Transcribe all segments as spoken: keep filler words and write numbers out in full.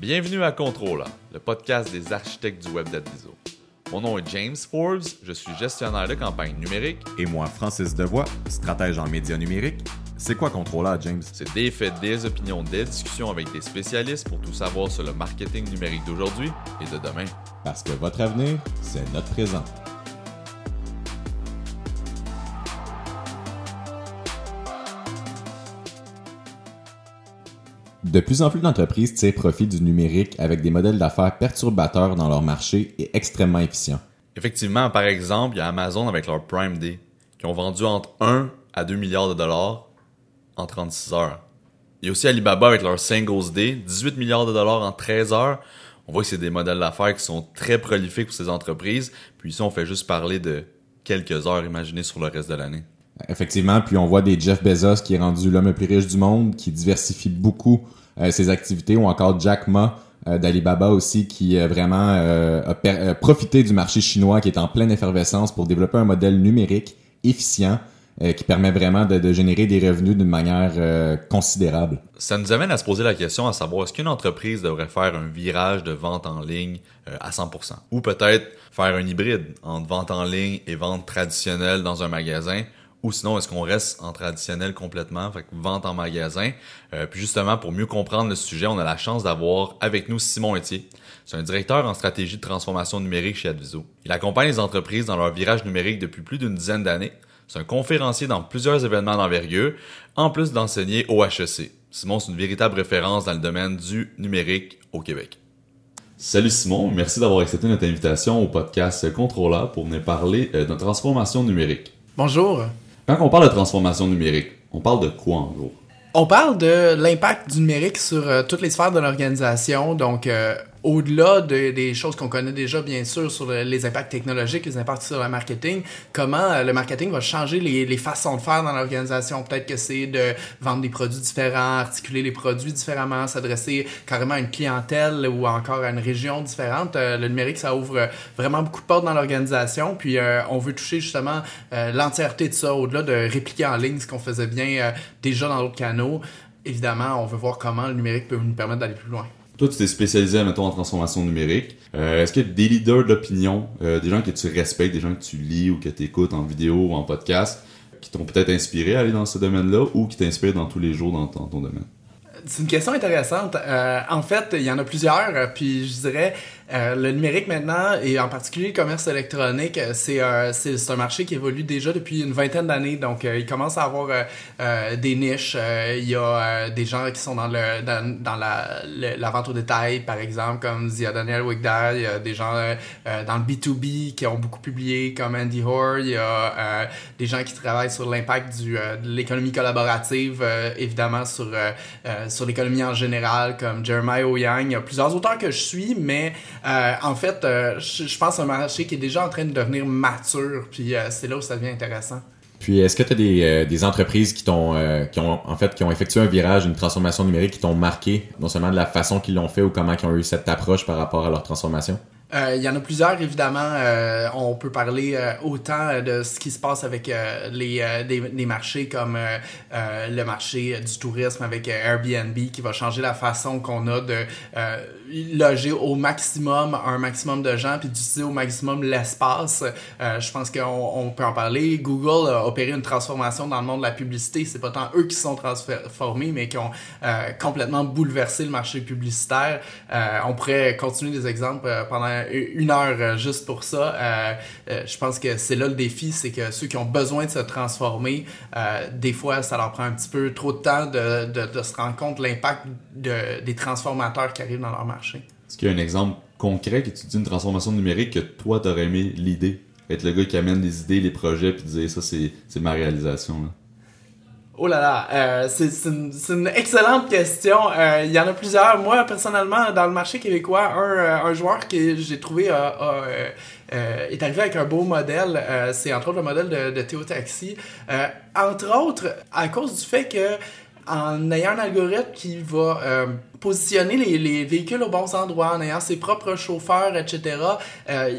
Bienvenue à Contrôla, le podcast des architectes du web d'Adviso. Mon nom est James Forbes, je suis gestionnaire de campagne numérique. Et moi, Francis Devoy, stratège en médias numériques. C'est quoi Contrôla, James? C'est des faits, des opinions, des discussions avec des spécialistes pour tout savoir sur le marketing numérique d'aujourd'hui et de demain. Parce que votre avenir, c'est notre présent. De plus en plus d'entreprises tirent profit du numérique avec des modèles d'affaires perturbateurs dans leur marché et extrêmement efficients. Effectivement, par exemple, il y a Amazon avec leur Prime Day, qui ont vendu entre un à deux milliards de dollars en trente-six heures. Il y a aussi Alibaba avec leur Singles Day, dix-huit milliards de dollars en treize heures. On voit que c'est des modèles d'affaires qui sont très prolifiques pour ces entreprises. Puis ici, on fait juste parler de quelques heures imaginées sur le reste de l'année. Effectivement, puis on voit des Jeff Bezos qui est rendu l'homme le plus riche du monde, qui diversifie beaucoup euh, ses activités, ou encore Jack Ma euh, d'Alibaba aussi, qui euh, vraiment euh, a per- euh, profité du marché chinois qui est en pleine effervescence pour développer un modèle numérique efficient euh, qui permet vraiment de, de générer des revenus d'une manière euh, considérable. Ça nous amène à se poser la question à savoir est-ce qu'une entreprise devrait faire un virage de vente en ligne euh, à cent pour cent? Ou peut-être faire un hybride entre vente en ligne et vente traditionnelle dans un magasin? Ou sinon, est-ce qu'on reste en traditionnel complètement, fait que vente en magasin? Euh, puis justement, pour mieux comprendre le sujet, on a la chance d'avoir avec nous Simon Etier. C'est un directeur en stratégie de transformation numérique chez Adviso. Il accompagne les entreprises dans leur virage numérique depuis plus d'une dizaine d'années. C'est un conférencier dans plusieurs événements d'envergure, en plus d'enseigner au H E C. Simon, c'est une véritable référence dans le domaine du numérique au Québec. Salut Simon, merci d'avoir accepté notre invitation au podcast Contrôla pour venir parler de transformation numérique. Bonjour. Quand on parle de transformation numérique, on parle de quoi en gros? On parle de l'impact du numérique sur euh, toutes les sphères de l'organisation, donc euh, au-delà de, des choses qu'on connaît déjà, bien sûr, sur le, les impacts technologiques, les impacts sur le marketing, comment euh, le marketing va changer les, les façons de faire dans l'organisation. Peut-être que c'est de vendre des produits différents, articuler les produits différemment, s'adresser carrément à une clientèle ou encore à une région différente. Euh, le numérique, ça ouvre vraiment beaucoup de portes dans l'organisation, puis euh, on veut toucher justement euh, l'entièreté de ça, au-delà de répliquer en ligne ce qu'on faisait bien euh, déjà dans d'autres canaux. Évidemment, on veut voir comment le numérique peut nous permettre d'aller plus loin. Toi, tu t'es spécialisé, mettons, en transformation numérique. Euh, est-ce qu'il y a des leaders d'opinion, euh, des gens que tu respectes, des gens que tu lis ou que tu écoutes en vidéo ou en podcast, qui t'ont peut-être inspiré à aller dans ce domaine-là ou qui t'inspirent dans tous les jours dans ton, ton domaine? C'est une question intéressante. Euh, en fait, il y en a plusieurs, puis je dirais euh, le numérique maintenant, et en particulier le commerce électronique, c'est, euh, c'est, c'est un marché qui évolue déjà depuis une vingtaine d'années, donc euh, il commence à avoir euh, euh, des niches. Euh, il y a euh, des gens qui sont dans le dans, dans la, le, la vente au détail, par exemple, comme Zia Daniel Wigdal. Il y a des gens euh, dans le B deux B qui ont beaucoup publié, comme Andy Hoare. Il y a euh, des gens qui travaillent sur l'impact du, euh, de l'économie collaborative, euh, évidemment sur euh, euh, sur l'économie en général, comme Jeremiah Owyang. Il y a plusieurs auteurs que je suis, mais euh, en fait, euh, je, je pense que c'est un marché qui est déjà en train de devenir mature, puis euh, c'est là où ça devient intéressant. Puis, est-ce que tu as des, euh, des entreprises qui t'ont, euh, qui ont, en fait, qui ont effectué un virage, une transformation numérique, qui t'ont marqué, non seulement de la façon qu'ils l'ont fait ou comment ils ont eu cette approche par rapport à leur transformation? Euh, il y en a plusieurs, évidemment. Euh, on peut parler euh, autant de ce qui se passe avec euh, les, euh, des, des marchés comme euh, euh, le marché du tourisme avec euh, Airbnb qui va changer la façon qu'on a de euh, loger au maximum un maximum de gens puis d'utiliser au maximum l'espace. Euh, je pense qu'on on peut en parler. Google a opéré une transformation dans le monde de la publicité. C'est pas tant eux qui se sont transformés, mais qui ont euh, complètement bouleversé le marché publicitaire. Euh, on pourrait continuer des exemples euh, pendant une heure juste pour ça. Euh, euh, je pense que c'est là le défi, c'est que ceux qui ont besoin de se transformer, euh, des fois, ça leur prend un petit peu trop de temps de, de, de se rendre compte de l'impact de, des transformateurs qui arrivent dans leur marché. Est-ce qu'il y a un exemple concret que tu dis une transformation numérique que toi, t'aurais aimé l'idée? Être le gars qui amène les idées, les projets, puis dire ça, c'est, c'est ma réalisation, là. Oh là là, euh, c'est, c'est, une, c'est une excellente question. Euh, il y en a plusieurs. Moi, personnellement, dans le marché québécois, un, un joueur que j'ai trouvé a, a, euh, est arrivé avec un beau modèle. Euh, c'est entre autres le modèle de, de Théo Taxi. Euh, entre autres, à cause du fait que en ayant un algorithme qui va euh, positionner les, les véhicules aux bons endroits, en ayant ses propres chauffeurs, et cetera, euh,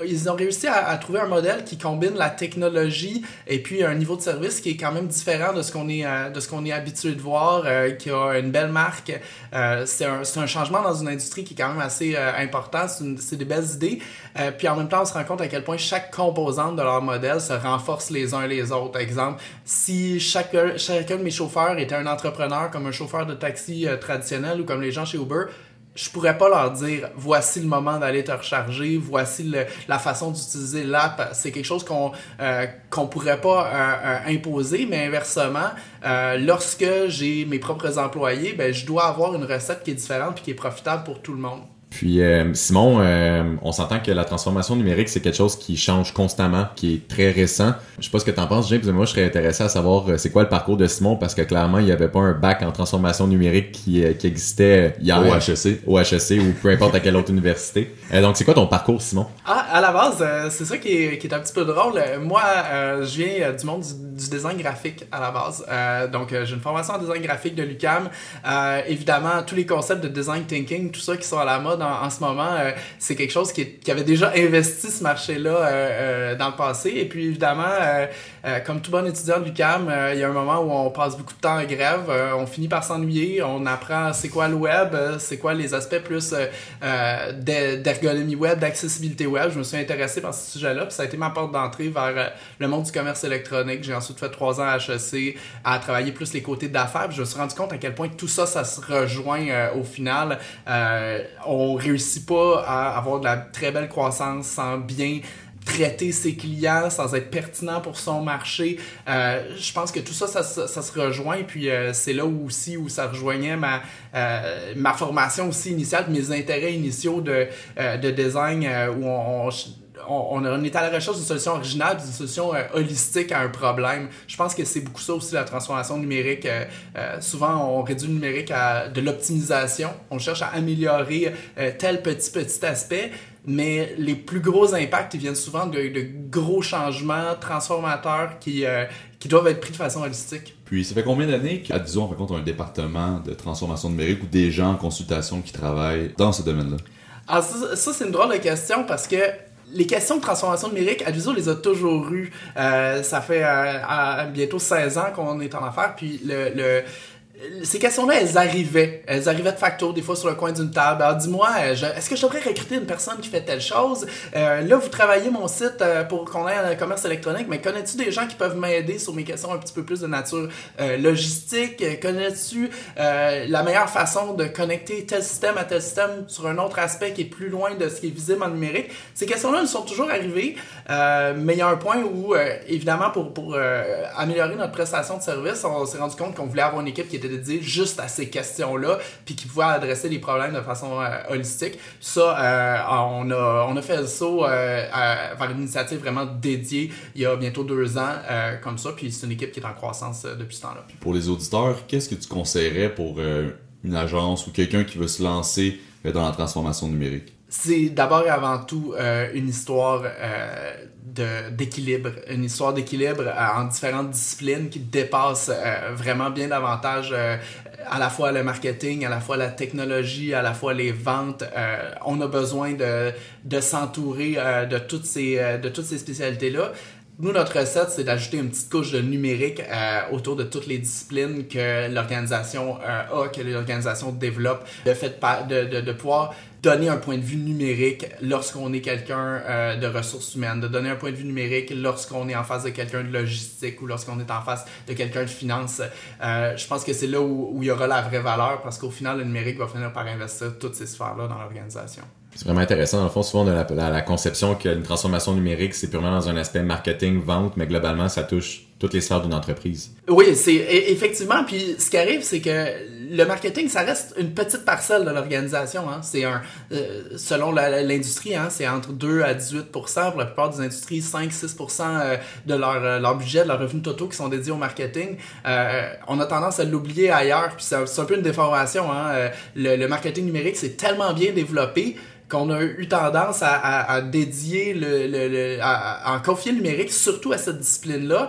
ils ont réussi à, à trouver un modèle qui combine la technologie et puis un niveau de service qui est quand même différent de ce qu'on est, euh, de ce qu'on est habitué de voir, euh, qui a une belle marque. Euh, c'est, un, c'est un changement dans une industrie qui est quand même assez euh, important. C'est, une, c'est des belles idées. Euh, puis en même temps, on se rend compte à quel point chaque composante de leur modèle se renforce les uns les autres. Exemple, si chaque, chacun de mes chauffeurs était un entrepreneur comme un chauffeur de taxi euh, traditionnel ou comme les gens chez Uber, je pourrais pas leur dire voici le moment d'aller te recharger, voici le, la façon d'utiliser l'app. C'est quelque chose qu'on euh, qu'on pourrait pas euh, euh, imposer, mais inversement, euh, lorsque j'ai mes propres employés, ben je dois avoir une recette qui est différente puis qui est profitable pour tout le monde. Puis euh, Simon, euh, on s'entend que la transformation numérique, c'est quelque chose qui change constamment, qui est très récent. Je sais pas ce que t'en penses, James, mais moi je serais intéressé à savoir euh, c'est quoi le parcours de Simon, parce que clairement, il y avait pas un bac en transformation numérique qui, euh, qui existait hier au H E C. Au H E C ou peu importe à quelle autre université. Euh, donc c'est quoi ton parcours, Simon? Ah, à la base, euh, c'est ça qui est, qui est un petit peu drôle. Moi, euh, je viens euh, du monde du, du design graphique à la base. Euh, donc euh, j'ai une formation en design graphique de l'U Q A M. Euh, évidemment, tous les concepts de design thinking, tout ça qui sont à la mode en, en ce moment, euh, c'est quelque chose qui, est, qui avait déjà investi ce marché-là euh, euh, dans le passé. Et puis évidemment, euh, euh, comme tout bon étudiant de l'U Q A M, euh, il y a un moment où on passe beaucoup de temps en grève, euh, on finit par s'ennuyer, on apprend c'est quoi le web, euh, c'est quoi les aspects plus euh, euh, d'ergonomie web, d'accessibilité web. Je me suis intéressé par ce sujet-là, puis ça a été ma porte d'entrée vers euh, le monde du commerce électronique. J'ai ensuite fait trois ans à H E C à travailler plus les côtés d'affaires, puis je me suis rendu compte à quel point tout ça, ça se rejoint euh, au final. Euh, on réussit pas à avoir de la très belle croissance sans bien traiter ses clients, sans être pertinent pour son marché. Euh, je pense que tout ça, ça, ça, ça se rejoint. Puis euh, c'est là où aussi où ça rejoignait ma, euh, ma formation aussi initiale, mes intérêts initiaux de, euh, de design euh, où on, on On, on est à la recherche d'une solution originale, d'une solution euh, holistique à un problème. Je pense que c'est beaucoup ça aussi, la transformation numérique. Euh, euh, souvent, on réduit le numérique à de l'optimisation. On cherche à améliorer euh, tel petit, petit aspect. Mais les plus gros impacts, ils viennent souvent de, de gros changements transformateurs qui, euh, qui doivent être pris de façon holistique. Puis, ça fait combien d'années qu'à Adviso, on rencontre un département de transformation numérique ou des gens en consultation qui travaillent dans ce domaine-là? Alors ça, ça, c'est une drôle de question parce que les questions de transformation numérique, Adviso les a toujours eues. Euh, ça fait euh, à bientôt seize ans qu'on est en affaires, puis le... le ces questions-là, elles arrivaient. Elles arrivaient de facto, des fois sur le coin d'une table. Alors, dis-moi, je, est-ce que je devrais recruter une personne qui fait telle chose? Euh, là, vous travaillez mon site euh, pour qu'on ait un commerce électronique, mais connais-tu des gens qui peuvent m'aider sur mes questions un petit peu plus de nature euh, logistique? Connais-tu euh, la meilleure façon de connecter tel système à tel système sur un autre aspect qui est plus loin de ce qui est visible en numérique? Ces questions-là, elles sont toujours arrivées, euh, mais il y a un point où, euh, évidemment, pour, pour euh, améliorer notre prestation de service, on s'est rendu compte qu'on voulait avoir une équipe qui était dédiée juste à ces questions-là, puis qui pouvait adresser les problèmes de façon euh, holistique. Ça, euh, on, a, on a fait le saut euh, à, vers une initiative vraiment dédiée il y a bientôt deux ans, euh, comme ça, puis c'est une équipe qui est en croissance euh, depuis ce temps-là. Pour les auditeurs, qu'est-ce que tu conseillerais pour euh, une agence ou quelqu'un qui veut se lancer euh, dans la transformation numérique? C'est d'abord et avant tout euh, une histoire euh, de, d'équilibre, une histoire d'équilibre euh, en différentes disciplines qui dépasse euh, vraiment bien davantage euh, à la fois le marketing, à la fois la technologie, à la fois les ventes. Euh, on a besoin de, de s'entourer euh, de toutes ces, euh, de toutes ces spécialités-là. Nous, notre recette, c'est d'ajouter une petite couche de numérique euh, autour de toutes les disciplines que l'organisation euh, a, que l'organisation développe, de, fait de, de, de pouvoir donner un point de vue numérique lorsqu'on est quelqu'un euh, de ressources humaines, de donner un point de vue numérique lorsqu'on est en face de quelqu'un de logistique ou lorsqu'on est en face de quelqu'un de finance. Euh, je pense que c'est là où, où il y aura la vraie valeur parce qu'au final, le numérique va finir par investir toutes ces sphères-là dans l'organisation. C'est vraiment intéressant. Dans le fond, souvent, on a la, la, la conception qu'une transformation numérique, c'est purement dans un aspect marketing, vente, mais globalement, ça touche toutes les sphères d'une entreprise. Oui, c'est effectivement. Puis ce qui arrive, c'est que le marketing, ça reste une petite parcelle de l'organisation. Hein. C'est un, euh, selon la, l'industrie, hein, c'est entre deux à dix-huit pour cent. Pour la plupart des industries, cinq à six pour cent de leur, leur budget, de leurs revenus totaux qui sont dédiés au marketing. Euh, on a tendance à l'oublier ailleurs. Puis c'est un, c'est un peu une déformation. Hein. Le, le marketing numérique, c'est tellement bien développé qu'on a eu tendance à, à, à dédier le, le, le à, à en confier le numérique surtout à cette discipline-là, euh,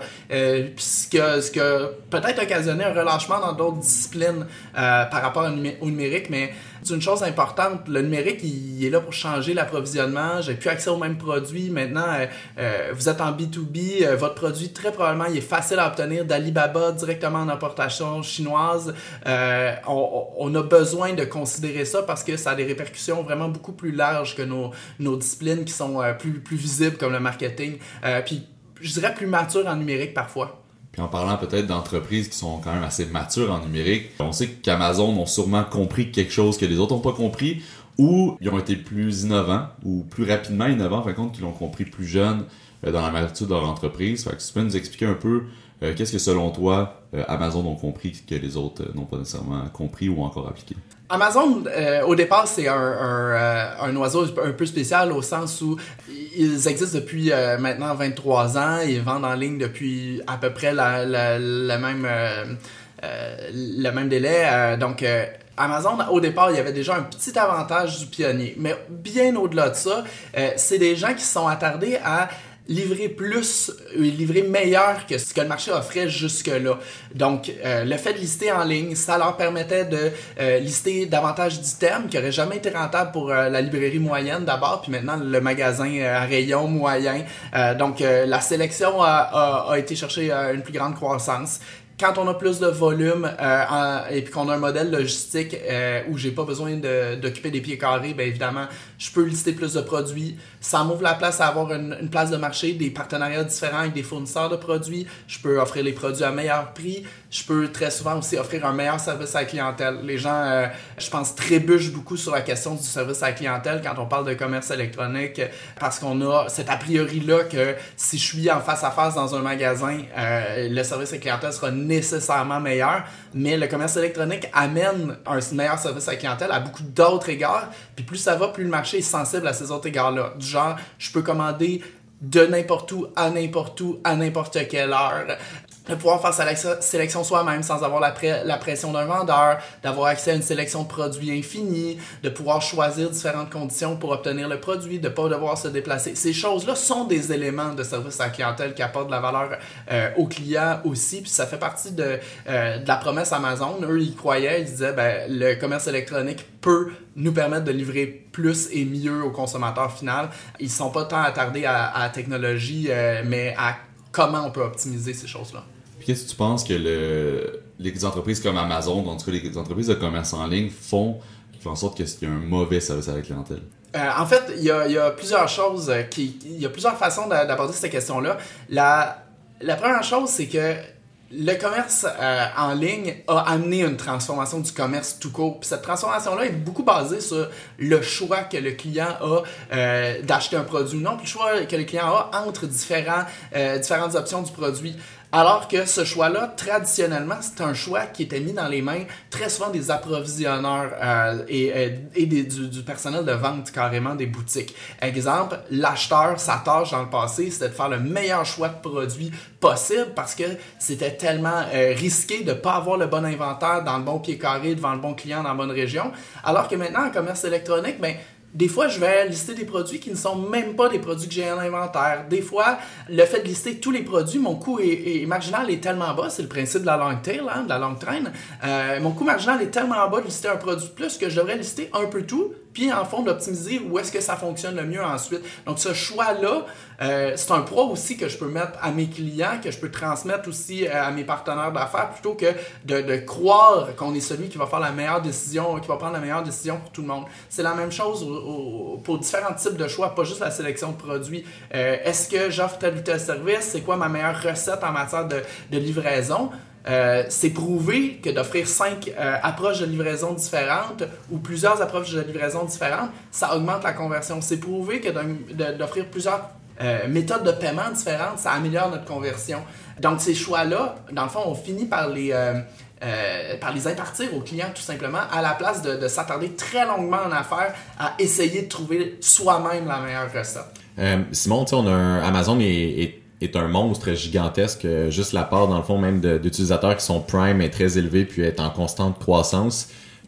Euh, puis ce que, ce que peut-être occasionné un relâchement dans d'autres disciplines euh, par rapport au, numé- au numérique, mais c'est une chose importante. Le numérique, il, il est là pour changer l'approvisionnement. J'ai plus accès aux mêmes produits. Maintenant, euh, euh, vous êtes en B deux B. Euh, votre produit, très probablement, il est facile à obtenir d'Alibaba directement en importation chinoise. Euh, on, on a besoin de considérer ça parce que ça a des répercussions vraiment beaucoup plus larges que nos, nos disciplines qui sont euh, plus, plus visibles comme le marketing. Euh, puis, je dirais plus matures en numérique parfois. Puis en parlant peut-être d'entreprises qui sont quand même assez matures en numérique, on sait qu'Amazon ont sûrement compris quelque chose que les autres n'ont pas compris, ou ils ont été plus innovants, ou plus rapidement innovants, en fin de compte, qu'ils l'ont compris plus jeunes euh, dans la maturité de leur entreprise. Fait que tu peux nous expliquer un peu euh, qu'est-ce que selon toi, euh, Amazon ont compris que les autres euh, n'ont pas nécessairement compris ou encore appliqué? Amazon, euh, au départ, c'est un, un, euh, un oiseau un peu spécial au sens où ils existent depuis euh, maintenant vingt-trois ans. Ils vendent en ligne depuis à peu près la, la, la même, euh, euh, le même délai. Euh, donc, euh, Amazon, au départ, il y avait déjà un petit avantage du pionnier. Mais bien au-delà de ça, euh, c'est des gens qui se sont attardés à livrer plus, livrer meilleur que ce que le marché offrait jusque-là. Donc, euh, le fait de lister en ligne, ça leur permettait de euh, lister davantage d'items qui n'auraient jamais été rentables pour euh, la librairie moyenne d'abord, puis maintenant le magasin euh, à rayon moyen. Euh, donc, euh, la sélection a, a, a été chercher euh, une plus grande croissance. Quand on a plus de volume euh, en, et puis qu'on a un modèle logistique euh, où j'ai pas besoin de, d'occuper des pieds carrés, bien évidemment, je peux lister plus de produits. Ça m'ouvre la place à avoir une, une place de marché, des partenariats différents avec des fournisseurs de produits. Je peux offrir les produits à meilleur prix. Je peux très souvent aussi offrir un meilleur service à la clientèle. Les gens, euh, je pense, trébuchent beaucoup sur la question du service à la clientèle quand on parle de commerce électronique parce qu'on a cet a priori-là que si je suis en face à face dans un magasin, euh, le service à la clientèle sera nécessairement meilleur, mais le commerce électronique amène un meilleur service à la clientèle à beaucoup d'autres égards, puis plus ça va, plus le marché est sensible à ces autres égards-là. Du genre, je peux commander de n'importe où, à n'importe où, à n'importe quelle heure, de pouvoir faire sa sélection soi-même sans avoir la, pré- la pression d'un vendeur, d'avoir accès à une sélection de produits infinie, de pouvoir choisir différentes conditions pour obtenir le produit, de ne pas devoir se déplacer. Ces choses-là sont des éléments de service à la clientèle qui apportent de la valeur euh, aux clients aussi, puis ça fait partie de, euh, de la promesse Amazon. Eux, ils croyaient, ils disaient, ben, le commerce électronique peut nous permettre de livrer plus et mieux au consommateur final. Ils ne sont pas tant attardés à, à la technologie, euh, mais à comment on peut optimiser ces choses-là. Puis qu'est-ce que tu penses que le, les entreprises comme Amazon, en tout cas les entreprises de commerce en ligne, font qui font en sorte qu'il y a un mauvais service à la clientèle? Euh, en fait, il y a, y a plusieurs choses, qui, il y a plusieurs façons d'aborder cette question-là. La, la première chose, c'est que le commerce euh, en ligne a amené une transformation du commerce tout court. Puis cette transformation-là est beaucoup basée sur le choix que le client a euh, d'acheter un produit ou non, puis le choix que le client a entre différents, euh, différentes options du produit. Alors que ce choix-là, traditionnellement, c'est un choix qui était mis dans les mains très souvent des approvisionneurs euh, et, et des, du, du personnel de vente carrément des boutiques. Exemple, l'acheteur, sa tâche dans le passé, c'était de faire le meilleur choix de produit possible parce que c'était tellement euh, risqué de ne pas avoir le bon inventaire dans le bon pied carré devant le bon client dans la bonne région. Alors que maintenant, en commerce électronique, ben des fois, je vais lister des produits qui ne sont même pas des produits que j'ai en inventaire. Des fois, le fait de lister tous les produits, mon coût est, est marginal est tellement bas, c'est le principe de la long tail, hein, de la longue traîne. Euh, mon coût marginal est tellement bas de lister un produit de plus que je devrais lister un peu tout, puis en fond d'optimiser où est-ce que ça fonctionne le mieux ensuite. Donc ce choix-là, euh, c'est un poids aussi que je peux mettre à mes clients, que je peux transmettre aussi euh, à mes partenaires d'affaires, plutôt que de, de croire qu'on est celui qui va faire la meilleure décision, qui va prendre la meilleure décision pour tout le monde. C'est la même chose au, au, pour différents types de choix, pas juste la sélection de produits. Euh, est-ce que j'offre tel ou tel service? C'est quoi ma meilleure recette en matière de, de livraison? Euh, c'est prouvé que d'offrir cinq euh, approches de livraison différentes ou plusieurs approches de livraison différentes, ça augmente la conversion. C'est prouvé que de, d'offrir plusieurs euh, méthodes de paiement différentes, ça améliore notre conversion. Donc ces choix-là, dans le fond, on finit par les, euh, euh, par les impartir aux clients tout simplement, à la place de, de s'attarder très longuement en affaires à essayer de trouver soi-même la meilleure recette. Euh, Simon, tu sais, on a un, Amazon est, est est un monstre gigantesque. Juste la part, dans le fond, même de, d'utilisateurs qui sont Prime est très élevée puis est en constante croissance.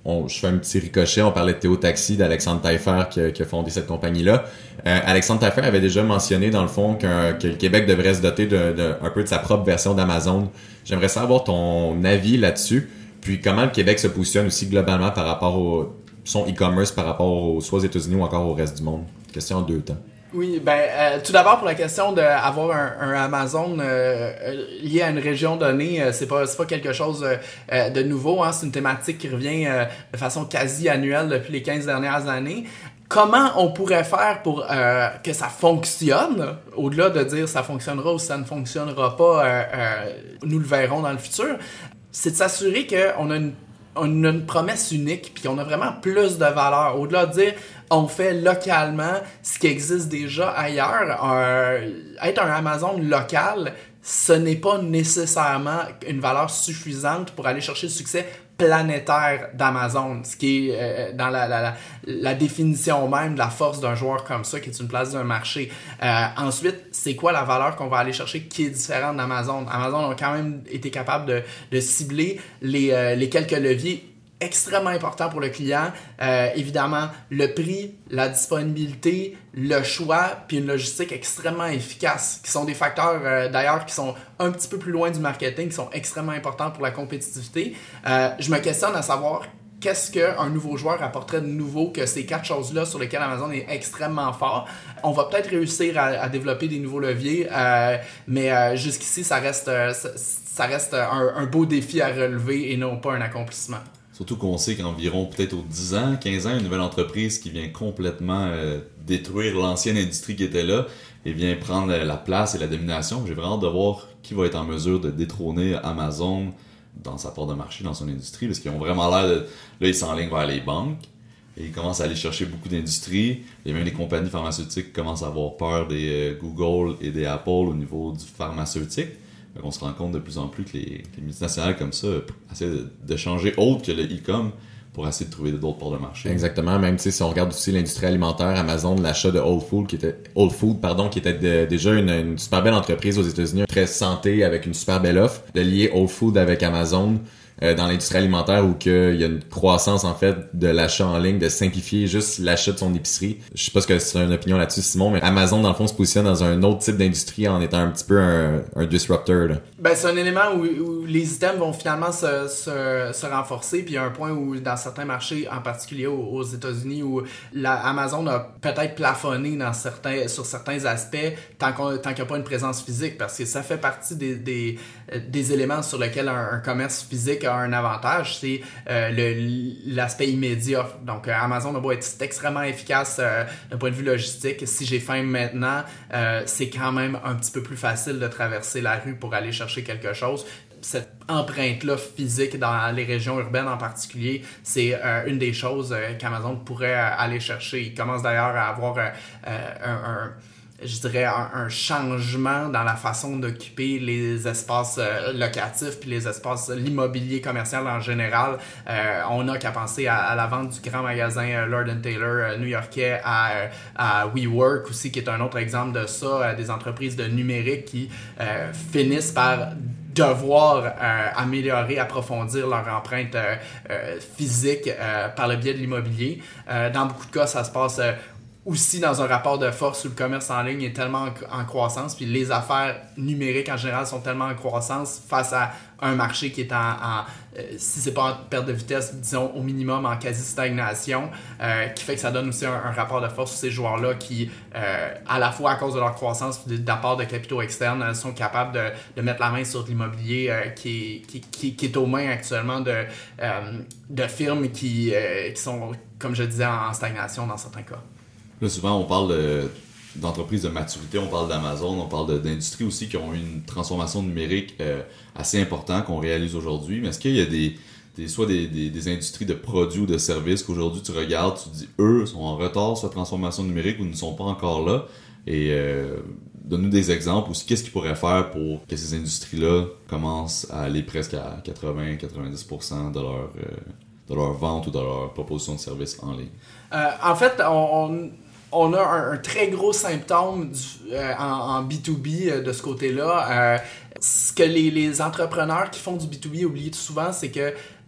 on, je fais un petit ricochet, on parlait de Théo Taxi, d'Alexandre Taillefer qui, a- qui a fondé cette compagnie-là. Euh, Alexandre Taillefer avait déjà mentionné dans le fond qu'un, que le Québec devrait se doter de, de, un peu de sa propre version d'Amazon. J'aimerais savoir ton avis là-dessus, puis comment le Québec se positionne aussi globalement par rapport au son e-commerce, par rapport aux, soit aux États-Unis ou encore au reste du monde. Question en deux temps. Oui, ben euh, tout d'abord pour la question d'avoir un, un Amazon euh, lié à une région donnée, euh, c'est pas c'est pas quelque chose euh, de nouveau, hein, c'est une thématique qui revient euh, de façon quasi annuelle depuis les quinze dernières années. Comment on pourrait faire pour euh, que ça fonctionne, au-delà de dire ça fonctionnera ou ça ne fonctionnera pas, euh, euh, nous le verrons dans le futur, c'est de s'assurer qu'on a une on a une promesse unique, puis on a vraiment plus de valeur. Au-delà de dire, on fait localement ce qui existe déjà ailleurs. Euh, être un Amazon local, ce n'est pas nécessairement une valeur suffisante pour aller chercher le succès planétaire d'Amazon, ce qui est euh, dans la, la, la, la définition même de la force d'un joueur comme ça, qui est une place d'un marché. Euh, ensuite, c'est quoi la valeur qu'on va aller chercher qui est différente d'Amazon? Amazon a quand même été capable de, de cibler les, euh, les quelques leviers extrêmement important pour le client. Euh, évidemment, le prix, la disponibilité, le choix, puis une logistique extrêmement efficace, qui sont des facteurs euh, d'ailleurs qui sont un petit peu plus loin du marketing, qui sont extrêmement importants pour la compétitivité. Euh, je me questionne à savoir qu'est-ce qu'un nouveau joueur apporterait de nouveau que ces quatre choses-là sur lesquelles Amazon est extrêmement fort. On va peut-être réussir à, à développer des nouveaux leviers, euh, mais euh, jusqu'ici, ça reste, euh, ça, ça reste un, un beau défi à relever et non pas un accomplissement. Surtout qu'on sait qu'environ peut-être aux dix ans, quinze ans, une nouvelle entreprise qui vient complètement euh, détruire l'ancienne industrie qui était là et vient prendre la place et la domination. J'ai vraiment hâte de voir qui va être en mesure de détrôner Amazon dans sa part de marché, dans son industrie, parce qu'ils ont vraiment l'air de... Là, ils s'enlignent vers les banques et ils commencent à aller chercher beaucoup d'industries. Et même les compagnies pharmaceutiques commencent à avoir peur des euh, Google et des Apple au niveau du pharmaceutique. Donc, on se rend compte de plus en plus que les, les multinationales comme ça essaient de, de changer autre que le e-com pour essayer de trouver d'autres parts de marché. Exactement. Même si on regarde aussi l'industrie alimentaire, Amazon, l'achat de Whole Food, qui était Whole Food, pardon, qui était de, déjà une, une super belle entreprise aux États-Unis, très santé avec une super belle offre, de lier Whole Food avec Amazon. Euh, dans l'industrie alimentaire où que il y a une croissance en fait de l'achat en ligne, de simplifier juste l'achat de son épicerie. Je sais pas ce que c'est une opinion là-dessus, Simon, mais Amazon dans le fond se positionne dans un autre type d'industrie en étant un petit peu un, un disruptor. Là. Ben c'est un élément où, où les items vont finalement se, se, se renforcer, puis il y a un point où dans certains marchés, en particulier aux, aux États-Unis, où la, Amazon a peut-être plafonné dans certains sur certains aspects tant qu'on tant qu'il n'y a pas une présence physique, parce que ça fait partie des des, des éléments sur lesquels un, un commerce physique a un avantage, c'est euh, le, l'aspect immédiat. Donc, euh, Amazon a beau être extrêmement efficace euh, d'un point de vue logistique. Si j'ai faim maintenant, euh, c'est quand même un petit peu plus facile de traverser la rue pour aller chercher quelque chose. Cette empreinte-là physique dans les régions urbaines en particulier, c'est euh, une des choses euh, qu'Amazon pourrait euh, aller chercher. Il commence d'ailleurs à avoir euh, un... un je dirais, un, un changement dans la façon d'occuper les espaces euh, locatifs puis les espaces, l'immobilier commercial en général. Euh, on n'a qu'à penser à, à la vente du grand magasin euh, Lord and Taylor euh, new-yorkais à, à WeWork aussi, qui est un autre exemple de ça, euh, des entreprises de numérique qui euh, finissent par devoir euh, améliorer, approfondir leur empreinte euh, euh, physique euh, par le biais de l'immobilier. Euh, dans beaucoup de cas, ça se passe euh, aussi dans un rapport de force où le commerce en ligne est tellement en, en croissance, puis les affaires numériques en général sont tellement en croissance face à un marché qui est en, en euh, si c'est pas en perte de vitesse, disons au minimum en quasi-stagnation, euh, qui fait que ça donne aussi un, un rapport de force sur ces joueurs-là qui, euh, à la fois à cause de leur croissance et d'apport de capitaux externes, euh, sont capables de, de mettre la main sur l'immobilier euh, qui, qui, qui, qui est aux mains actuellement de, euh, de firmes qui, euh, qui sont, comme je disais, en, en stagnation dans certains cas. Là, souvent, on parle de, d'entreprises de maturité, on parle d'Amazon, on parle de, d'industries aussi qui ont eu une transformation numérique euh, assez importante qu'on réalise aujourd'hui. Mais est-ce qu'il y a des, des soit des, des, des industries de produits ou de services qu'aujourd'hui tu regardes, tu te dis, eux sont en retard sur la transformation numérique ou ne sont pas encore là? Et euh, donne-nous des exemples aussi. Qu'est-ce qu'ils pourraient faire pour que ces industries-là commencent à aller presque à quatre-vingts à quatre-vingt-dix pour cent de leur, euh, de leur vente ou de leur proposition de service en ligne? Euh, en fait, on... on... On a un, un très gros symptôme du, euh, en, en B deux B euh, de ce côté-là. Euh, ce que les, les entrepreneurs qui font du B deux B oublient tout souvent, c'est que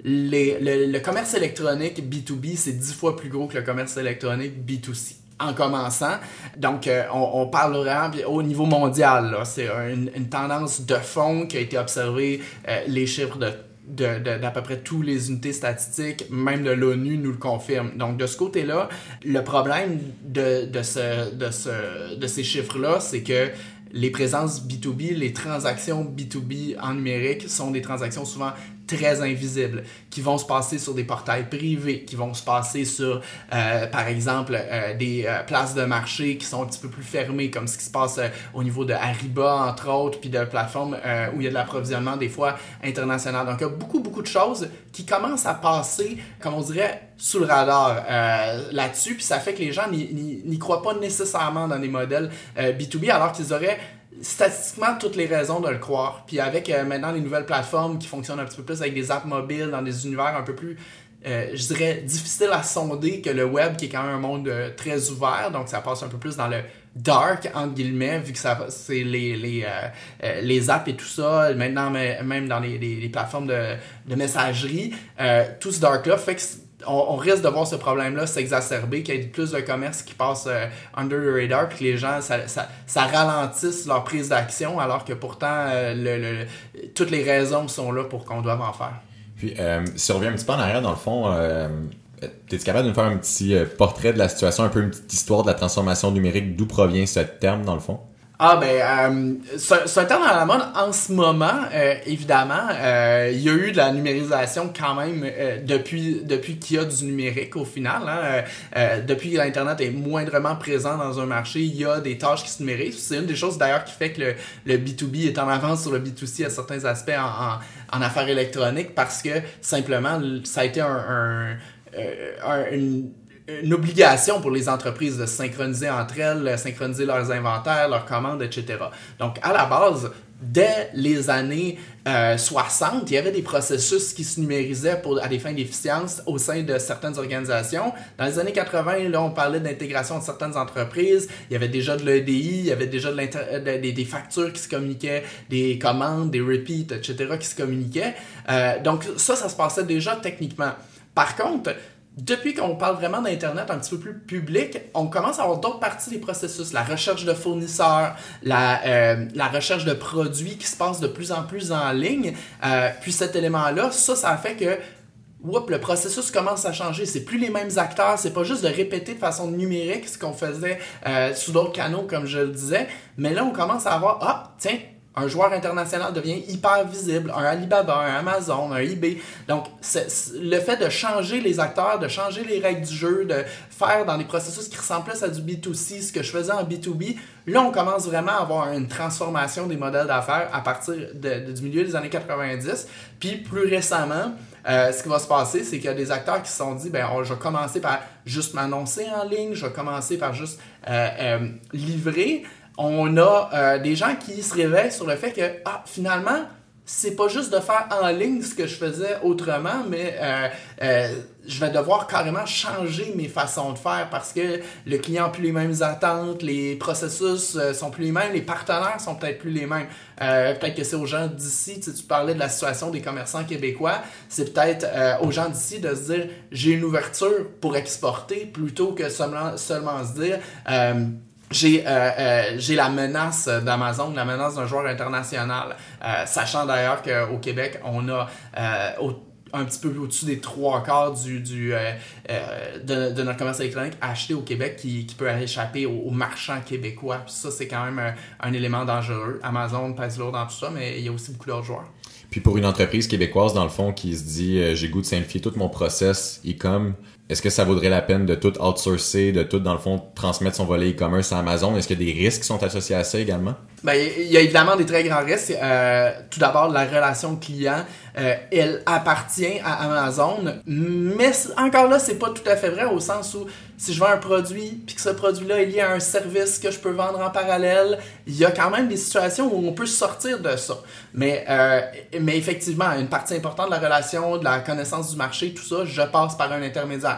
les, le, le commerce électronique B deux B, c'est dix fois plus gros que le commerce électronique B deux C. En commençant. Donc, euh, on, on parle vraiment au niveau mondial. Là, c'est une, une tendance de fond qui a été observée. Euh, les chiffres de, de, de, d'à peu près toutes les unités statistiques, même de l'ONU, nous le confirment. Donc, de ce côté-là, le problème de, de, ce, de, ce, de ces chiffres-là, c'est que les présences B deux B, les transactions B deux B en numérique sont des transactions souvent très invisibles, qui vont se passer sur des portails privés, qui vont se passer sur, euh, par exemple, euh, des euh, places de marché qui sont un petit peu plus fermées, comme ce qui se passe euh, au niveau de Ariba, entre autres, puis de plateformes euh, où il y a de l'approvisionnement, des fois, international. Donc, il y a beaucoup, beaucoup de choses qui commencent à passer, comme on dirait, sous le radar euh, là-dessus, puis ça fait que les gens n'y, n'y, n'y croient pas nécessairement dans des modèles euh, B deux B, alors qu'ils auraient statistiquement toutes les raisons de le croire. Puis avec euh, maintenant les nouvelles plateformes qui fonctionnent un petit peu plus avec des apps mobiles dans des univers un peu plus, euh, je dirais, difficiles à sonder que le web, qui est quand même un monde euh, très ouvert, donc ça passe un peu plus dans le dark, entre guillemets, vu que ça, c'est les, les, euh, euh, les apps et tout ça, maintenant même dans les, les, les plateformes de, de messagerie, euh, tout ce dark-là fait que On, on risque de voir ce problème-là s'exacerber, qu'il y ait plus de commerce qui passe euh, under the radar, puis que les gens, ça, ça, ça ralentisse leur prise d'action, alors que pourtant, euh, le, le, toutes les raisons sont là pour qu'on doive en faire. Puis, euh, si on revient un petit peu en arrière, dans le fond, euh, es-tu capable de nous faire un petit euh, portrait de la situation, un peu une petite histoire de la transformation numérique, d'où provient ce terme, dans le fond? Ah ben, euh, c'est, c'est un terme à la mode en ce moment, euh, évidemment. Euh, il y a eu de la numérisation quand même euh, depuis depuis qu'il y a du numérique au final. Hein. Euh, euh, depuis que l'Internet est moindrement présent dans un marché, il y a des tâches qui se numérisent. C'est une des choses d'ailleurs qui fait que le, le B deux B est en avance sur le B deux C à certains aspects en, en, en affaires électroniques, parce que simplement, ça a été un, un, un une une obligation pour les entreprises de se synchroniser entre elles, synchroniser leurs inventaires, leurs commandes, et cetera. Donc, à la base, dès les années euh, soixante, il y avait des processus qui se numérisaient pour, à des fins d'efficience au sein de certaines organisations. Dans les années quatre-vingts, là, on parlait d'intégration de certaines entreprises. Il y avait déjà de l'E D I, il y avait déjà de de, des, des factures qui se communiquaient, des commandes, des repeats, et cetera qui se communiquaient. Euh, donc, ça, ça se passait déjà techniquement. Par contre, depuis qu'on parle vraiment d'Internet un petit peu plus public, on commence à avoir d'autres parties des processus. La recherche de fournisseurs, la, euh, la recherche de produits qui se passe de plus en plus en ligne. Euh, puis cet élément-là, ça, ça fait que whoop, le processus commence à changer. C'est plus les mêmes acteurs. C'est pas juste de répéter de façon numérique ce qu'on faisait euh, sous d'autres canaux, comme je le disais. Mais là, on commence à avoir, ah, tiens, un joueur international devient hyper visible, un Alibaba, un Amazon, un eBay. Donc, c'est, c'est le fait de changer les acteurs, de changer les règles du jeu, de faire dans des processus qui ressemblent plus à du B deux C, ce que je faisais en B deux B, là, on commence vraiment à avoir une transformation des modèles d'affaires à partir de, de, du milieu des années quatre-vingt-dix. Puis, plus récemment, euh, ce qui va se passer, c'est qu'il y a des acteurs qui se sont dit, ben, on, je vais commencer par juste m'annoncer en ligne, je vais commencer par juste euh, euh, livrer. On a euh, des gens qui se réveillent sur le fait que, ah, finalement, c'est pas juste de faire en ligne ce que je faisais autrement, mais euh, euh, je vais devoir carrément changer mes façons de faire parce que le client n'a plus les mêmes attentes, les processus euh, sont plus les mêmes, les partenaires sont peut-être plus les mêmes. Euh, peut-être que c'est aux gens d'ici, tu sais, tu parlais de la situation des commerçants québécois, c'est peut-être euh, aux gens d'ici de se dire, j'ai une ouverture pour exporter plutôt que seulement, seulement se dire... Euh, J'ai, euh, euh, j'ai la menace d'Amazon, la menace d'un joueur international. Euh, sachant d'ailleurs qu'au Québec, on a euh, au, un petit peu au-dessus des trois quarts du, du, euh, euh, de, de notre commerce électronique acheté au Québec qui, qui peut échapper aux, aux marchands québécois. Puis ça, c'est quand même un, un élément dangereux. Amazon pèse lourd dans tout ça, mais il y a aussi beaucoup d'autres joueurs. Puis pour une entreprise québécoise, dans le fond, qui se dit euh, « j'ai goût de simplifier tout mon process e-com », est-ce que ça vaudrait la peine de tout outsourcer, de tout, dans le fond, transmettre son volet e-commerce à Amazon? Est-ce qu'il y a des risques qui sont associés à ça également? Ben, il y a évidemment des très grands risques. Euh, tout d'abord, la relation client, euh, elle appartient à Amazon. Mais encore là, c'est pas tout à fait vrai au sens où si je vends un produit puis que ce produit-là est lié à un service que je peux vendre en parallèle, il y a quand même des situations où on peut sortir de ça. Mais, euh, mais effectivement, une partie importante de la relation, de la connaissance du marché, tout ça, je passe par un intermédiaire.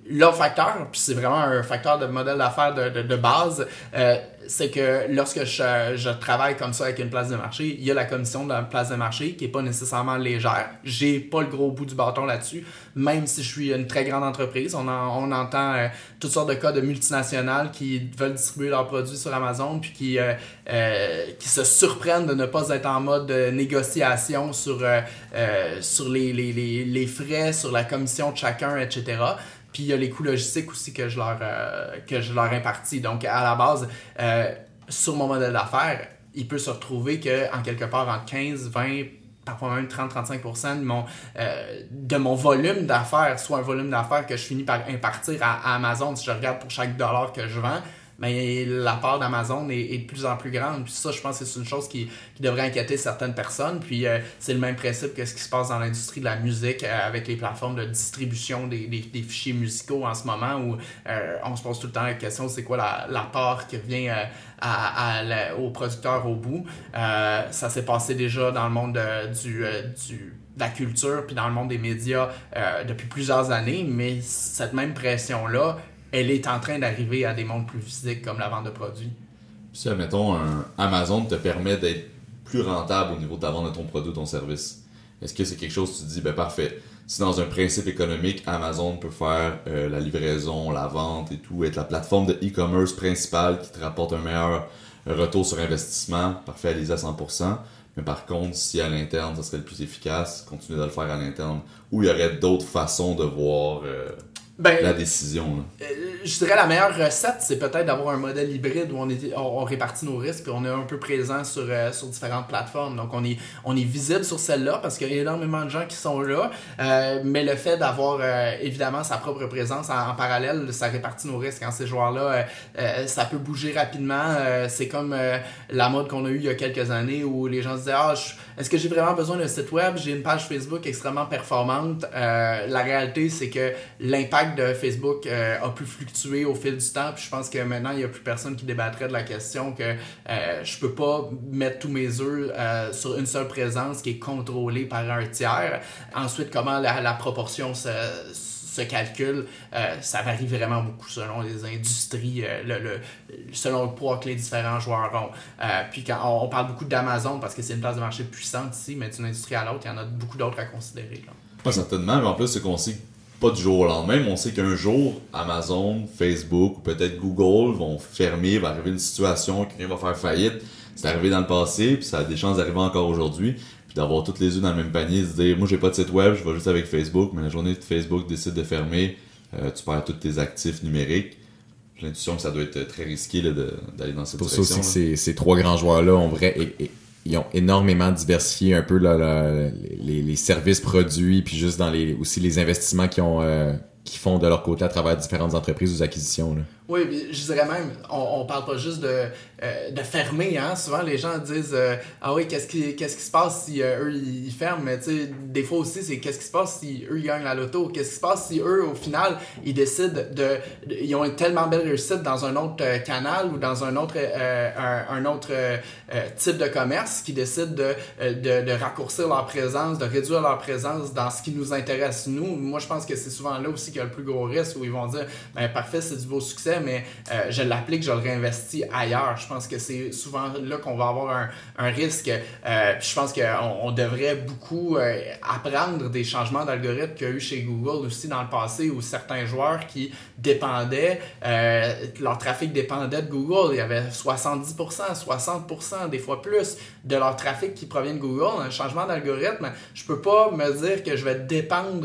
l'autre facteur, puis c'est vraiment un facteur de modèle d'affaires de, de, de base, euh, c'est que lorsque je, je travaille comme ça avec une place de marché, il y a la commission de la place de marché qui est pas nécessairement légère. J'ai pas le gros bout du bâton là-dessus, même si je suis une très grande entreprise. On, en, on entend euh, toutes sortes de cas de multinationales qui veulent distribuer leurs produits sur Amazon puis qui, euh, euh, qui se surprennent de ne pas être en mode de négociation sur, euh, euh, sur les, les, les, les frais, sur la commission de chacun, et cetera. Puis il y a les coûts logistiques aussi que je leur, euh, que je leur impartis. Donc, à la base, euh, sur mon modèle d'affaires, il peut se retrouver qu'en quelque part, entre quinze, vingt, parfois même trente à trente-cinq pour cent de mon, euh, de mon volume d'affaires, soit un volume d'affaires que je finis par impartir à, à Amazon. Si je regarde pour chaque dollar que je vends, mais la part d'Amazon est, est de plus en plus grande. Puis ça, je pense que c'est une chose qui, qui devrait inquiéter certaines personnes. Puis euh, c'est le même principe que ce qui se passe dans l'industrie de la musique euh, avec les plateformes de distribution des, des, des fichiers musicaux en ce moment où euh, on se pose tout le temps la question, c'est quoi la, la part qui revient euh, à, à la, aux producteurs au bout. Euh, ça s'est passé déjà dans le monde de, du... Euh, du de la culture puis dans le monde des médias euh, depuis plusieurs années, mais cette même pression-là, elle est en train d'arriver à des mondes plus physiques comme la vente de produits. Si, admettons, un Amazon te permet d'être plus rentable au niveau de ta vente de ton produit ou ton service, est-ce que c'est quelque chose que tu te dis, ben parfait, si dans un principe économique, Amazon peut faire euh, la livraison, la vente et tout, être la plateforme de e-commerce principale qui te rapporte un meilleur retour sur investissement, parfait, allez-y à cent pour cent. Mais par contre, si à l'interne, ça serait le plus efficace, continuer de le faire à l'interne, ou il y aurait d'autres façons de voir euh, ben, la décision. Là. Euh, je dirais la meilleure recette, c'est peut-être d'avoir un modèle hybride où on, est, on, on répartit nos risques, on est un peu présent sur, euh, sur différentes plateformes. Donc, on est, on est visible sur celle-là parce qu'il y a énormément de gens qui sont là. Euh, mais le fait d'avoir euh, évidemment sa propre présence en, en parallèle, ça répartit nos risques. Hein, ces joueurs-là, euh, euh, ça peut bouger rapidement. Euh, c'est comme euh, la mode qu'on a eue il y a quelques années où les gens se disaient « Ah, je, est-ce que j'ai vraiment besoin d'un site web? J'ai une page Facebook extrêmement performante. Euh, » La réalité, c'est que l'impact de Facebook euh, a pu fluctuer au fil du temps. Puis je pense que maintenant, il n'y a plus personne qui débattrait de la question que euh, je peux pas mettre tous mes œufs euh, sur une seule présence qui est contrôlée par un tiers. Ensuite, comment la, la proportion se... se calcule, euh, ça varie vraiment beaucoup selon les industries, euh, le, le, selon le poids que les différents joueurs ont. Euh, puis quand on, on parle beaucoup d'Amazon parce que c'est une place de marché puissante ici, mais d'une industrie à l'autre, il y en a beaucoup d'autres à considérer. Là. Pas certainement, mais en plus, c'est qu'on sait pas du jour au lendemain, mais on sait qu'un jour, Amazon, Facebook ou peut-être Google vont fermer, va arriver une situation, quelqu'un va faire faillite. C'est arrivé dans le passé, puis ça a des chances d'arriver encore aujourd'hui. Puis d'avoir toutes les œufs dans le même panier, de se dire, moi j'ai pas de site web, je vais juste avec Facebook, mais la journée que Facebook décide de fermer, euh, tu perds tous tes actifs numériques. J'ai l'intuition que ça doit être très risqué là, de, d'aller dans cette pour direction. Pour ça aussi que ces, ces trois grands joueurs-là ont vrai, et, et, ils ont énormément diversifié un peu là, là, les, les services produits, puis juste dans les aussi les investissements qu'ils ont euh, qui font de leur côté à travers différentes entreprises ou acquisitions. Là. Oui, je dirais même, on, on parle pas juste de, euh, de fermer, hein. Souvent, les gens disent euh, ah oui, qu'est-ce qui, qu'est-ce qui se passe si euh, eux, ils ferment? Mais tu sais, des fois aussi, c'est qu'est-ce qui se passe si eux, ils gagnent la loto? Qu'est-ce qui se passe si eux, au final, ils décident de... de ils ont une tellement belle réussite dans un autre euh, canal ou dans un autre, euh, un, un autre euh, type de commerce qui décident de, de, de raccourcir leur présence, de réduire leur présence dans ce qui nous intéresse, nous. Moi, je pense que c'est souvent là aussi qu'il y a le plus gros risque où ils vont dire ben parfait, c'est du beau succès, mais euh, je l'applique, je le réinvestis ailleurs. Je pense que c'est souvent là qu'on va avoir un, un risque. Euh, je pense qu'on on devrait beaucoup euh, apprendre des changements d'algorithme qu'il y a eu chez Google aussi dans le passé où certains joueurs qui dépendaient, euh, leur trafic dépendait de Google. Il y avait soixante-dix pour cent, soixante pour cent, des fois plus de leur trafic qui provient de Google. Un changement d'algorithme, je peux pas me dire que je vais dépendre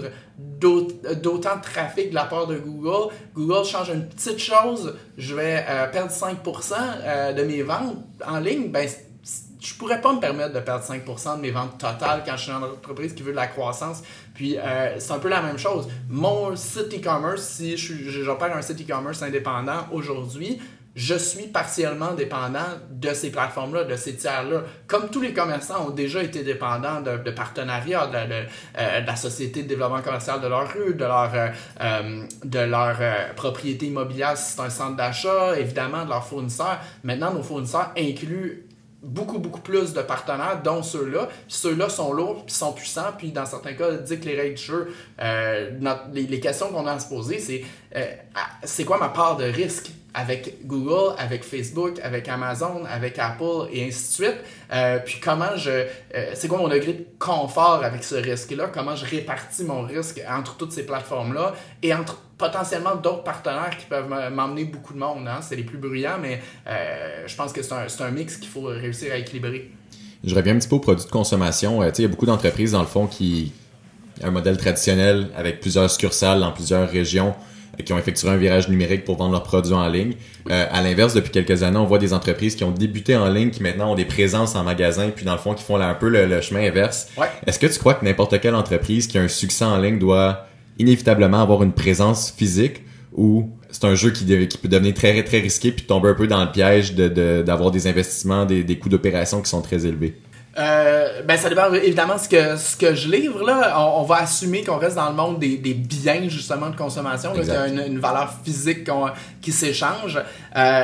d'autant de trafic de la part de Google. Google change une petite chose, je vais euh, perdre cinq pour cent euh, de mes ventes en ligne. Ben, je pourrais pas me permettre de perdre cinq pour cent de mes ventes totales quand je suis une entreprise qui veut de la croissance. Puis, euh, c'est un peu la même chose. Mon site e-commerce, si je, j'opère un site e-commerce indépendant aujourd'hui, je suis partiellement dépendant de ces plateformes-là, de ces tiers-là. Comme tous les commerçants ont déjà été dépendants de, de partenariats, de, de, euh, de la société de développement commercial de leur rue, de leur, euh, de leur euh, propriété immobilière si c'est un centre d'achat, évidemment de leurs fournisseurs. Maintenant, nos fournisseurs incluent beaucoup, beaucoup plus de partenaires, dont ceux-là. Puis ceux-là sont lourds, puis sont puissants, puis dans certains cas, dictent les règles du jeu. Euh, notre, les, les questions qu'on a à se poser, c'est euh, c'est quoi ma part de risque avec Google, avec Facebook, avec Amazon, avec Apple, et ainsi de suite. Euh, puis comment je... Euh, c'est quoi mon degré de confort avec ce risque-là? Comment je répartis mon risque entre toutes ces plateformes-là et entre potentiellement d'autres partenaires qui peuvent m'emmener beaucoup de monde. Hein? C'est les plus bruyants, mais euh, je pense que c'est un, c'est un mix qu'il faut réussir à équilibrer. Je reviens un petit peu aux produits de consommation. Euh, il y a beaucoup d'entreprises, dans le fond, qui un modèle traditionnel avec plusieurs succursales dans plusieurs régions euh, qui ont effectué un virage numérique pour vendre leurs produits en ligne. Euh, à l'inverse, depuis quelques années, on voit des entreprises qui ont débuté en ligne, qui maintenant ont des présences en magasin, puis dans le fond, qui font là, un peu le, le chemin inverse. Ouais. Est-ce que tu crois que n'importe quelle entreprise qui a un succès en ligne doit inévitablement avoir une présence physique, ou c'est un jeu qui, dev- qui peut devenir très très risqué puis tomber un peu dans le piège de, de, d'avoir des investissements, des, des coûts d'opération qui sont très élevés? Euh, ben ça dépend évidemment ce que ce que je livre là. On, on va assumer qu'on reste dans le monde des, des biens justement de consommation, là, qu'il y a une, une valeur physique qu'on, qui s'échange. Euh,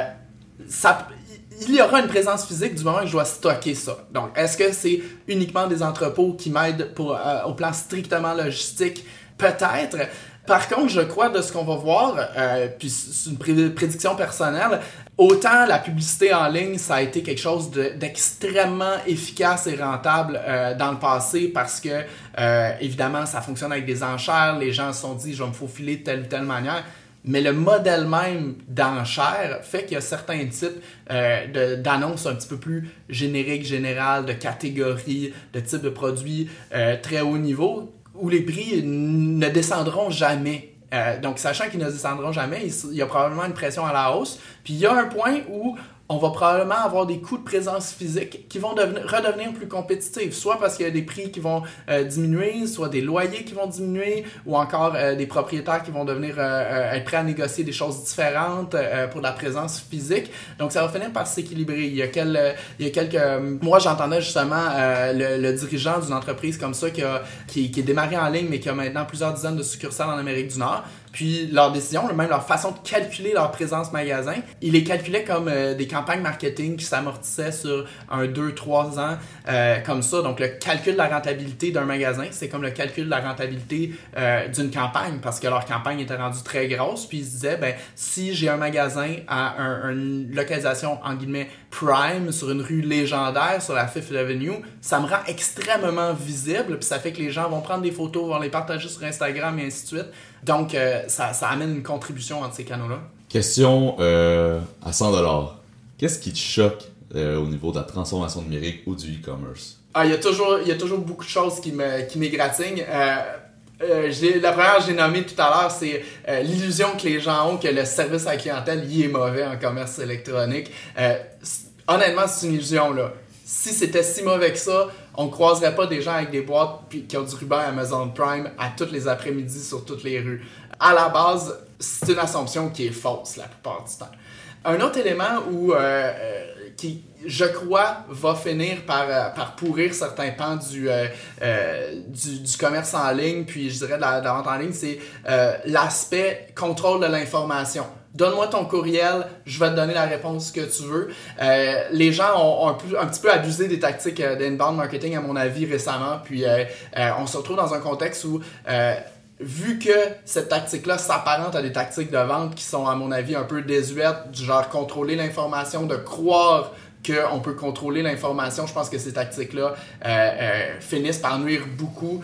ça, il y aura une présence physique du moment que je dois stocker ça. Donc, est-ce que c'est uniquement des entrepôts qui m'aident pour euh, au plan strictement logistique? Peut-être. Par contre, je crois de ce qu'on va voir, euh, puis c'est une pré- prédiction personnelle, autant la publicité en ligne, ça a été quelque chose de, d'extrêmement efficace et rentable euh, dans le passé parce que, euh, évidemment, ça fonctionne avec des enchères. Les gens se sont dit, je vais me faufiler de telle ou telle manière. Mais le modèle même d'enchères fait qu'il y a certains types euh, de, d'annonces un petit peu plus génériques, générales, de catégories, de types de produits euh, très haut niveau, où les prix ne descendront jamais. Euh, donc, sachant qu'ils ne descendront jamais, il, il y a probablement une pression à la hausse. Puis, il y a un point où on va probablement avoir des coûts de présence physique qui vont devenir, redevenir plus compétitifs, soit parce qu'il y a des prix qui vont euh, diminuer, soit des loyers qui vont diminuer, ou encore euh, des propriétaires qui vont devenir euh, être prêts à négocier des choses différentes euh, pour la présence physique. Donc, ça va finir par s'équilibrer. Il y a, quel, euh, il y a quelques... Euh, moi, j'entendais justement euh, le, le dirigeant d'une entreprise comme ça qui, a, qui, qui est démarré en ligne, mais qui a maintenant plusieurs dizaines de succursales en Amérique du Nord. Puis leur décision, même leur façon de calculer leur présence magasin, ils les calculaient comme euh, des campagnes marketing qui s'amortissaient sur un, deux, trois ans, euh, comme ça. Donc le calcul de la rentabilité d'un magasin, c'est comme le calcul de la rentabilité euh, d'une campagne, parce que leur campagne était rendue très grosse. Puis ils se disaient, ben si j'ai un magasin à un, une localisation, en guillemets, prime, sur une rue légendaire, sur la Fifth Avenue, ça me rend extrêmement visible, puis ça fait que les gens vont prendre des photos, vont les partager sur Instagram et ainsi de suite. Donc, euh, ça, ça amène une contribution entre ces canaux-là. Question euh, à cent dollars. Qu'est-ce qui te choque euh, au niveau de la transformation numérique ou du e-commerce? Ah, il y a toujours, il y a toujours beaucoup de choses qui, me, qui m'égratignent. Euh, euh, j'ai, la première que j'ai nommée tout à l'heure, c'est euh, l'illusion que les gens ont que le service à la clientèle y est mauvais en commerce électronique. Euh, honnêtement, c'est une illusion, là. Si c'était si mauvais que ça, on ne croiserait pas des gens avec des boîtes qui ont du ruban Amazon Prime à tous les après-midi sur toutes les rues. À la base, c'est une assumption qui est fausse la plupart du temps. Un autre élément où, euh, qui, je crois, va finir par, par pourrir certains pans du, euh, euh, du, du commerce en ligne, puis je dirais de la, de la vente en ligne, c'est euh, l'aspect contrôle de l'information. Donne-moi ton courriel, je vais te donner la réponse que tu veux. Euh, les gens ont, ont un, peu, un petit peu abusé des tactiques euh, d'inbound marketing, à mon avis, récemment. Puis euh, euh, on se retrouve dans un contexte où, euh, vu que cette tactique-là s'apparente à des tactiques de vente qui sont, à mon avis, un peu désuètes, du genre contrôler l'information, de croire qu'on peut contrôler l'information, je pense que ces tactiques-là euh, euh, finissent par nuire beaucoup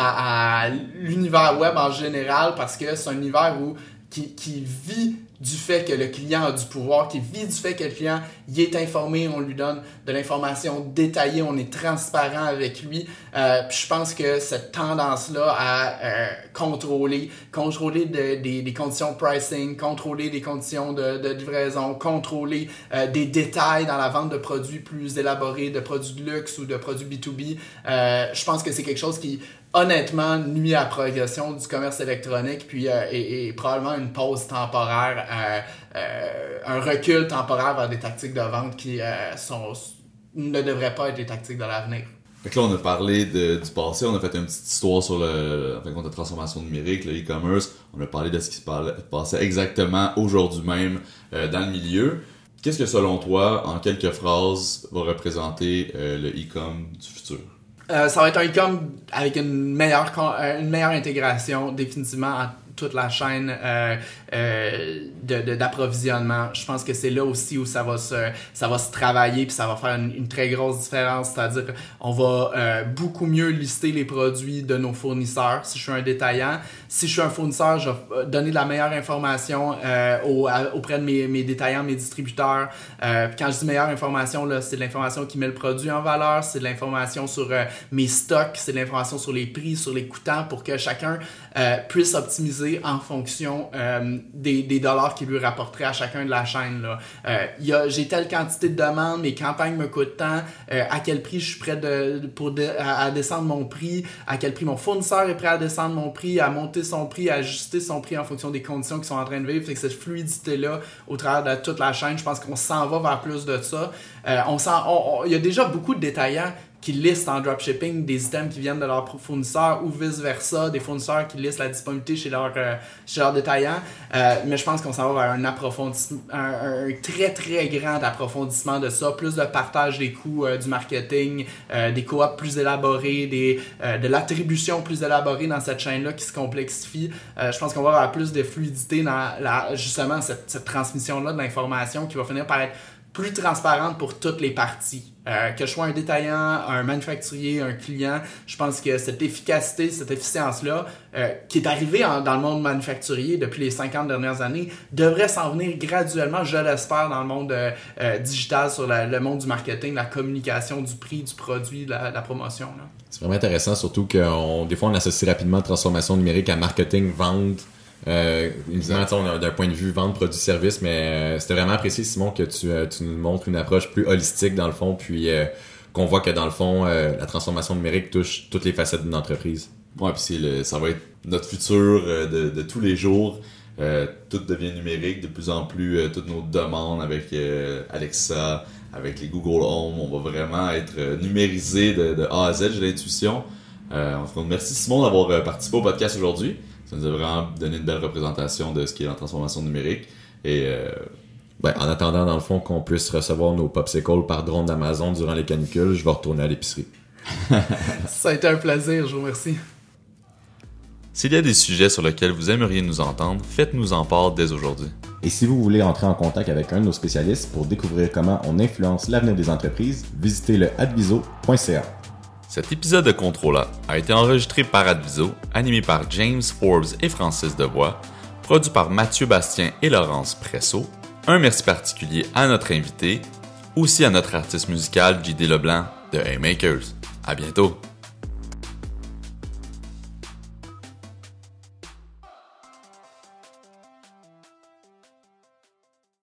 à, à l'univers web en général, parce que c'est un univers où qui, qui vit du fait que le client a du pouvoir, qui vit du fait que le client y est informé, on lui donne de l'information détaillée, on est transparent avec lui. Euh, puis je pense que cette tendance-là à euh, contrôler, contrôler de, des, des conditions de pricing, contrôler des conditions de, de livraison, contrôler euh, des détails dans la vente de produits plus élaborés, de produits de luxe ou de produits B deux B, euh, je pense que c'est quelque chose qui honnêtement nuit à la progression du commerce électronique, puis euh, et, et probablement une pause temporaire, euh, euh, un recul temporaire vers des tactiques de vente qui euh, sont, ne devraient pas être des tactiques de l'avenir. Fait que là, on a parlé de, du passé, on a fait une petite histoire sur le, en fait, la transformation numérique, le e-commerce. On a parlé de ce qui se passait exactement aujourd'hui même euh, dans le milieu. Qu'est-ce que selon toi, en quelques phrases, va représenter euh, le e-com du futur? Euh, ça va être un e-com avec une meilleure, une meilleure intégration définitivement en toute la chaîne euh, euh, de, de, d'approvisionnement. Je pense que c'est là aussi où ça va se, ça va se travailler puis ça va faire une, une très grosse différence. C'est-à-dire qu'on va euh, beaucoup mieux lister les produits de nos fournisseurs. Si je suis un détaillant, si je suis un fournisseur, je vais donner de la meilleure information euh, au, à, auprès de mes, mes détaillants, mes distributeurs. Euh, quand je dis meilleure information, là, c'est de l'information qui met le produit en valeur, c'est de l'information sur euh, mes stocks, c'est de l'information sur les prix, sur les coûtants pour que chacun euh, puisse optimiser en fonction euh, des, des dollars qu'il lui rapporterait à chacun de la chaîne. Là. Euh, y a, j'ai telle quantité de demandes, mes campagnes me coûtent tant, euh, à quel prix je suis prêt de, pour de, à, à descendre mon prix, à quel prix mon fournisseur est prêt à descendre mon prix, à monter son prix, à ajuster son prix en fonction des conditions qu'ils sont en train de vivre. Fait que cette fluidité-là au travers de toute la chaîne, je pense qu'on s'en va vers plus de ça. Euh, on s'en, on, on, y a déjà beaucoup de détaillants qui listent en dropshipping des items qui viennent de leurs fournisseurs ou vice-versa, des fournisseurs qui listent la disponibilité chez leurs euh, chez leurs détaillants. Euh, mais je pense qu'on s'en va vers un approfondissement, un, un très très grand approfondissement de ça, plus de partage des coûts euh, du marketing, euh, des coops plus élaborés, des, euh, de l'attribution plus élaborée dans cette chaîne-là qui se complexifie. Euh, je pense qu'on va avoir plus de fluidité dans la, justement cette, cette transmission-là de l'information qui va finir par être plus transparente pour toutes les parties. Euh, que je sois un détaillant, un manufacturier, un client, je pense que cette efficacité, cette efficience-là, euh, qui est arrivée en, dans le monde manufacturier depuis les cinquante dernières années, devrait s'en venir graduellement, je l'espère, dans le monde euh, euh, digital, sur la, le monde du marketing, la communication, du prix, du produit, de la, de la promotion. Là. C'est vraiment intéressant, surtout que on, des fois, on associe rapidement transformation numérique à marketing, vente. Euh, évidemment, d'un point de vue vente, produit, service, mais euh, c'était vraiment apprécié, Simon, que tu, euh, tu nous montres une approche plus holistique dans le fond, puis euh, qu'on voit que dans le fond, euh, la transformation numérique touche toutes les facettes d'une entreprise. Ouais, puis c'est le, ça va être notre futur euh, de, de tous les jours. Euh, tout devient numérique, de plus en plus, euh, toutes nos demandes avec euh, Alexa, avec les Google Home, on va vraiment être euh, numérisé de, de A à Z, j'ai l'intuition. Euh, on merci Simon d'avoir euh, participé au podcast aujourd'hui. Ça nous a vraiment donné une belle représentation de ce qui est la transformation numérique. Et euh, ben, en attendant, dans le fond, qu'on puisse recevoir nos popsicles par drone d'Amazon durant les canicules, je vais retourner à l'épicerie. Ça a été un plaisir, je vous remercie. S'il y a des sujets sur lesquels vous aimeriez nous entendre, faites-nous en part dès aujourd'hui. Et si vous voulez entrer en contact avec un de nos spécialistes pour découvrir comment on influence l'avenir des entreprises, visitez le adviso point c a. Cet épisode de Contrôla a été enregistré par Adviso, animé par James Forbes et Francis Devois, produit par Mathieu Bastien et Laurence Presso. Un merci particulier à notre invité, aussi à notre artiste musical J D Leblanc de Haymakers. À bientôt!